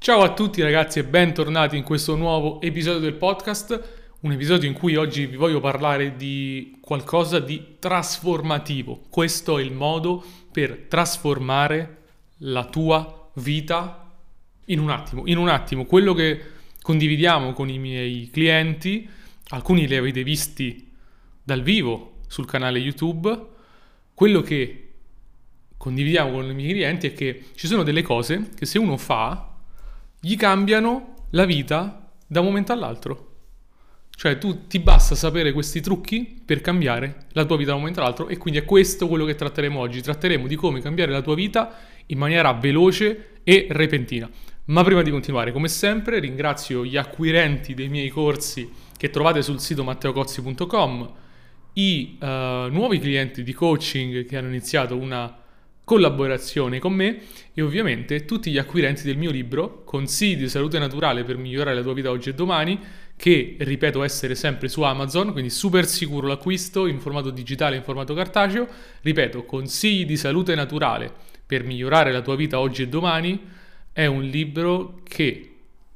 Ciao a tutti ragazzi e bentornati in questo nuovo episodio del podcast, un episodio in cui oggi vi voglio parlare di qualcosa di trasformativo. Questo è il modo per trasformare la tua vita in un attimo. Quello che condividiamo con i miei clienti, alcuni li avete visti dal vivo sul canale YouTube, quello che condividiamo con i miei clienti è che ci sono delle cose che se uno fa gli cambiano la vita da un momento all'altro. Cioè tu ti basta sapere questi trucchi per cambiare la tua vita da un momento all'altro, e quindi è questo quello che tratteremo oggi. Tratteremo di come cambiare la tua vita in maniera veloce e repentina. Ma prima di continuare, come sempre, ringrazio gli acquirenti dei miei corsi che trovate sul sito matteocozzi.com, i nuovi clienti di coaching che hanno iniziato una collaborazione con me e ovviamente tutti gli acquirenti del mio libro Consigli di salute naturale per migliorare la tua vita oggi e domani, che ripeto essere sempre su Amazon, quindi super sicuro l'acquisto in formato digitale e in formato cartaceo. Ripeto, Consigli di salute naturale per migliorare la tua vita oggi e domani è un libro che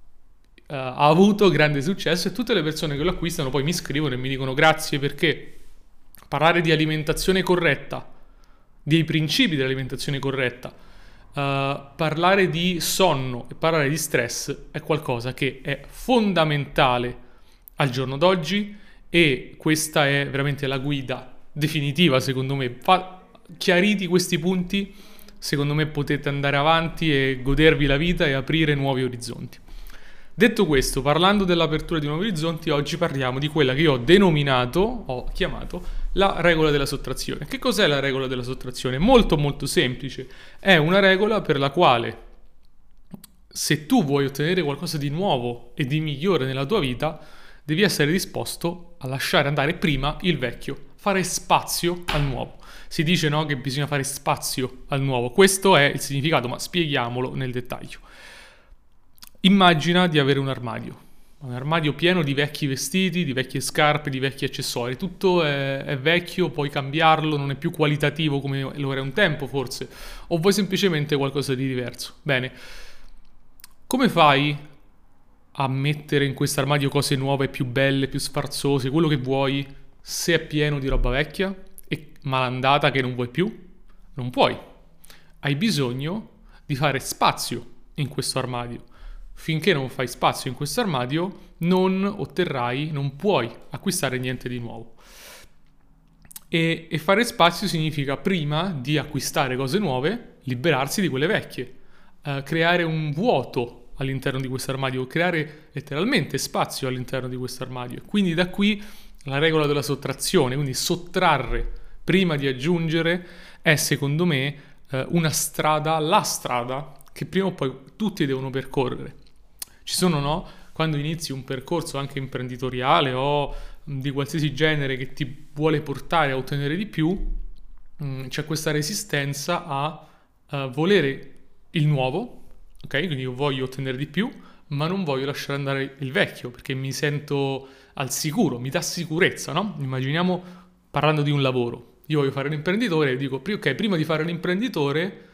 ha avuto grande successo, e tutte le persone che lo acquistano poi mi scrivono e mi dicono grazie, perché parlare di alimentazione corretta, dei principi dell'alimentazione corretta, parlare di sonno e parlare di stress è qualcosa che è fondamentale al giorno d'oggi, e questa è veramente la guida definitiva secondo me. Chiariti questi punti, secondo me potete andare avanti e godervi la vita e aprire nuovi orizzonti. Detto questo, parlando dell'apertura di nuovi orizzonti, oggi parliamo di quella che io ho chiamato la regola della sottrazione. Che cos'è la regola della sottrazione? Molto molto semplice. È una regola per la quale, se tu vuoi ottenere qualcosa di nuovo e di migliore nella tua vita, devi essere disposto a lasciare andare prima il vecchio, fare spazio al nuovo. Si dice, no, che bisogna fare spazio al nuovo. Questo è il significato, ma spieghiamolo nel dettaglio. Immagina di avere un armadio pieno di vecchi vestiti, di vecchie scarpe, di vecchi accessori. Tutto è vecchio, puoi cambiarlo, non è più qualitativo come lo era un tempo forse, o vuoi semplicemente qualcosa di diverso. Bene, come fai a mettere in questo armadio cose nuove, più belle, più sfarzose, quello che vuoi, se è pieno di roba vecchia e malandata che non vuoi più? Non puoi. Hai bisogno di fare spazio in questo armadio. Finché non fai spazio in questo armadio non puoi acquistare niente di nuovo. E fare spazio significa, prima di acquistare cose nuove, liberarsi di quelle vecchie, creare un vuoto all'interno di questo armadio, creare letteralmente spazio all'interno di questo armadio. E quindi da qui la regola della sottrazione, quindi sottrarre prima di aggiungere, è secondo me la strada che prima o poi tutti devono percorrere. Ci sono, no? Quando inizi un percorso anche imprenditoriale o di qualsiasi genere che ti vuole portare a ottenere di più, c'è questa resistenza a volere il nuovo, ok? Quindi io voglio ottenere di più, ma non voglio lasciare andare il vecchio, perché mi sento al sicuro, mi dà sicurezza, no? Immaginiamo, parlando di un lavoro, io voglio fare l'imprenditore e dico, ok, prima di fare l'imprenditore,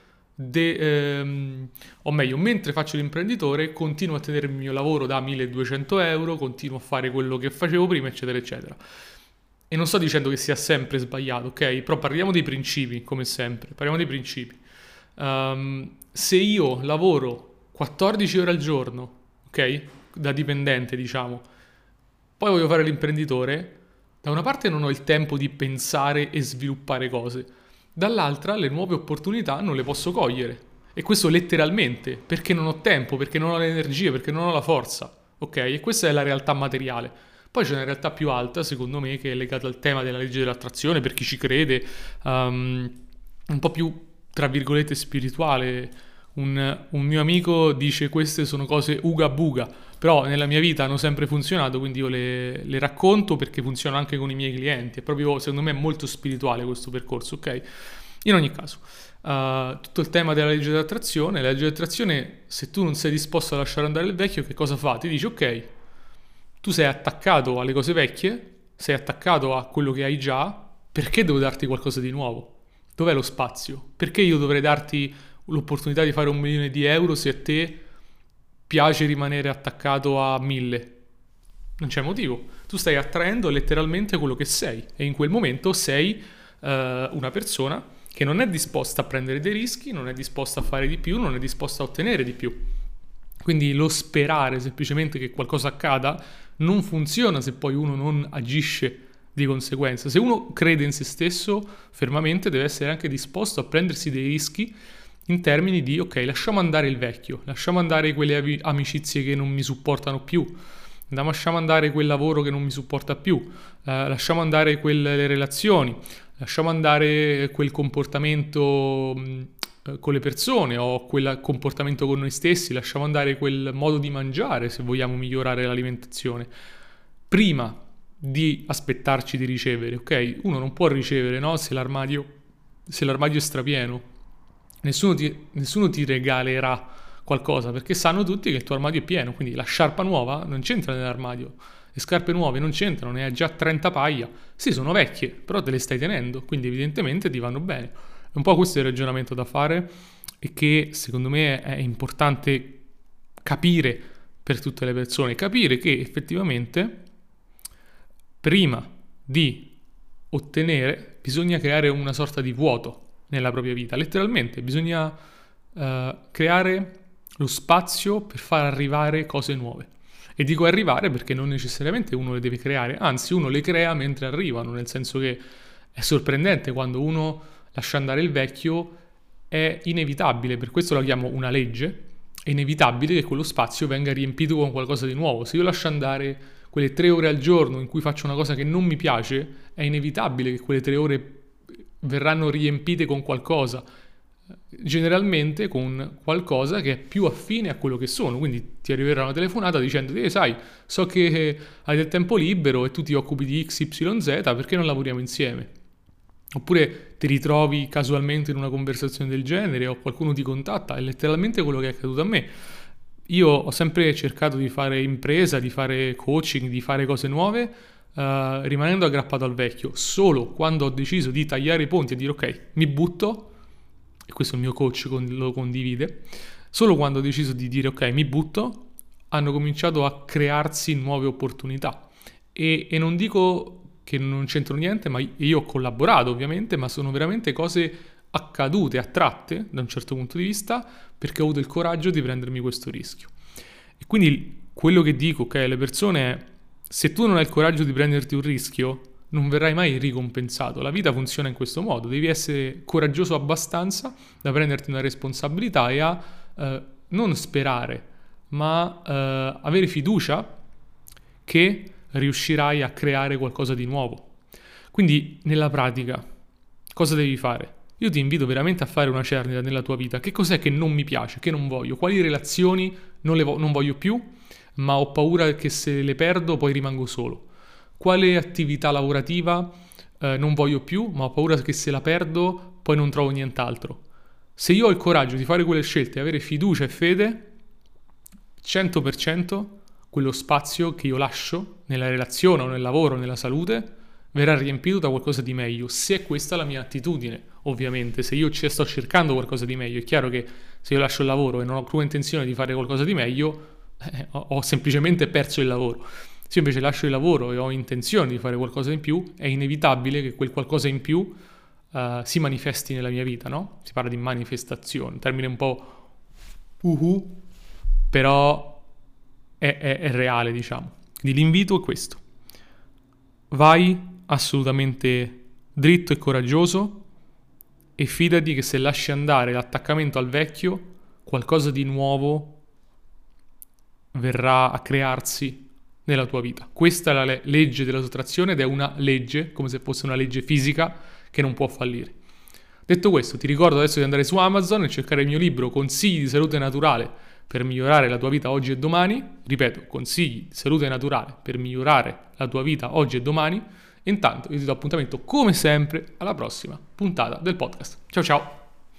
o meglio, mentre faccio l'imprenditore continuo a tenere il mio lavoro da 1200 euro, continuo a fare quello che facevo prima, eccetera eccetera. E non sto dicendo che sia sempre sbagliato, ok? Però parliamo dei principi, come sempre, parliamo dei principi. Se io lavoro 14 ore al giorno, ok? Da dipendente, diciamo, poi voglio fare l'imprenditore, da una parte non ho il tempo di pensare e sviluppare cose, dall'altra le nuove opportunità non le posso cogliere. E questo letteralmente, perché non ho tempo, perché non ho l'energia, perché non ho la forza, ok? E questa è la realtà materiale. Poi c'è una realtà più alta, secondo me, che è legata al tema della legge dell'attrazione, per chi ci crede, un po' più, tra virgolette, spirituale. Un mio amico dice: queste sono cose uga buga, però nella mia vita hanno sempre funzionato, quindi io le racconto perché funzionano anche con i miei clienti. È proprio, secondo me, molto spirituale questo percorso, ok? In ogni caso, tutto il tema della legge dell'attrazione. La legge dell'attrazione, se tu non sei disposto a lasciare andare il vecchio, che cosa fa? Ti dice: ok, tu sei attaccato alle cose vecchie, sei attaccato a quello che hai già, perché devo darti qualcosa di nuovo? Dov'è lo spazio? Perché io dovrei darti l'opportunità di fare 1 milione di euro se a te piace rimanere attaccato a 1000. Non c'è motivo. Tu stai attraendo letteralmente quello che sei e in quel momento sei una persona che non è disposta a prendere dei rischi, non è disposta a fare di più, non è disposta a ottenere di più. Quindi lo sperare semplicemente che qualcosa accada non funziona se poi uno non agisce di conseguenza. Se uno crede in se stesso fermamente, deve essere anche disposto a prendersi dei rischi in termini di ok, lasciamo andare il vecchio, lasciamo andare quelle amicizie che non mi supportano più, lasciamo andare quel lavoro che non mi supporta più, lasciamo andare quelle relazioni, lasciamo andare quel comportamento con le persone o quel comportamento con noi stessi, lasciamo andare quel modo di mangiare se vogliamo migliorare l'alimentazione. Prima di aspettarci di ricevere, ok? Uno non può ricevere, no? Se l'armadio è strapieno. Nessuno ti regalerà qualcosa perché sanno tutti che il tuo armadio è pieno, quindi la sciarpa nuova non c'entra nell'armadio, le scarpe nuove non c'entrano, ne hai già 30 paia. Sì, sono vecchie, però te le stai tenendo, quindi evidentemente ti vanno bene. È un po' questo il ragionamento da fare e che secondo me è importante capire per tutte le persone, capire che effettivamente prima di ottenere bisogna creare una sorta di vuoto nella propria vita, letteralmente bisogna creare lo spazio per far arrivare cose nuove. E dico arrivare perché non necessariamente uno le deve creare, anzi uno le crea mentre arrivano, nel senso che è sorprendente quando uno lascia andare il vecchio, è inevitabile, per questo la chiamo una legge, è inevitabile che quello spazio venga riempito con qualcosa di nuovo. Se io lascio andare quelle 3 ore al giorno in cui faccio una cosa che non mi piace, è inevitabile che quelle 3 ore verranno riempite con qualcosa, generalmente con qualcosa che è più affine a quello che sono. Quindi ti arriverà una telefonata dicendo sai, so che hai del tempo libero e tu ti occupi di XYZ, perché non lavoriamo insieme? Oppure ti ritrovi casualmente in una conversazione del genere o qualcuno ti contatta. È letteralmente quello che è accaduto a me. Io ho sempre cercato di fare impresa, di fare coaching, di fare cose nuove, rimanendo aggrappato al vecchio. Solo quando ho deciso di tagliare i ponti e dire ok, mi butto, e questo il mio coach lo condivide, solo quando ho deciso di dire ok, mi butto, hanno cominciato a crearsi nuove opportunità. E non dico che non c'entro niente, ma io ho collaborato ovviamente, ma sono veramente cose accadute, attratte da un certo punto di vista, perché ho avuto il coraggio di prendermi questo rischio. E quindi quello che dico, ok, alle persone è: se tu non hai il coraggio di prenderti un rischio, non verrai mai ricompensato. La vita funziona in questo modo, devi essere coraggioso abbastanza da prenderti una responsabilità e a non sperare, ma avere fiducia che riuscirai a creare qualcosa di nuovo. Quindi nella pratica cosa devi fare? Io ti invito veramente a fare una cernita nella tua vita. Che cos'è che non mi piace, che non voglio? Quali relazioni non voglio più, ma ho paura che se le perdo poi rimango solo? Quale attività lavorativa non voglio più, ma ho paura che se la perdo poi non trovo nient'altro? Se io ho il coraggio di fare quelle scelte, avere fiducia e fede, 100% quello spazio che io lascio nella relazione o nel lavoro o nella salute verrà riempito da qualcosa di meglio, se questa è la mia attitudine. Ovviamente se io sto cercando qualcosa di meglio, è chiaro che se io lascio il lavoro e non ho crua intenzione di fare qualcosa di meglio, ho semplicemente perso il lavoro. Se io invece lascio il lavoro e ho intenzione di fare qualcosa in più, è inevitabile che quel qualcosa in più si manifesti nella mia vita, no? Si parla di manifestazione, un termine un po' però è reale, diciamo. Quindi l'invito è questo: vai assolutamente dritto e coraggioso e fidati che se lasci andare l'attaccamento al vecchio, qualcosa di nuovo verrà a crearsi nella tua vita. Questa è la legge della sottrazione ed è una legge, come se fosse una legge fisica, che non può fallire. Detto questo, ti ricordo adesso di andare su Amazon e cercare il mio libro Consigli di salute naturale per migliorare la tua vita oggi e domani. Ripeto, consigli di salute naturale per migliorare la tua vita oggi e domani. E intanto io ti do appuntamento come sempre alla prossima puntata del podcast. Ciao ciao!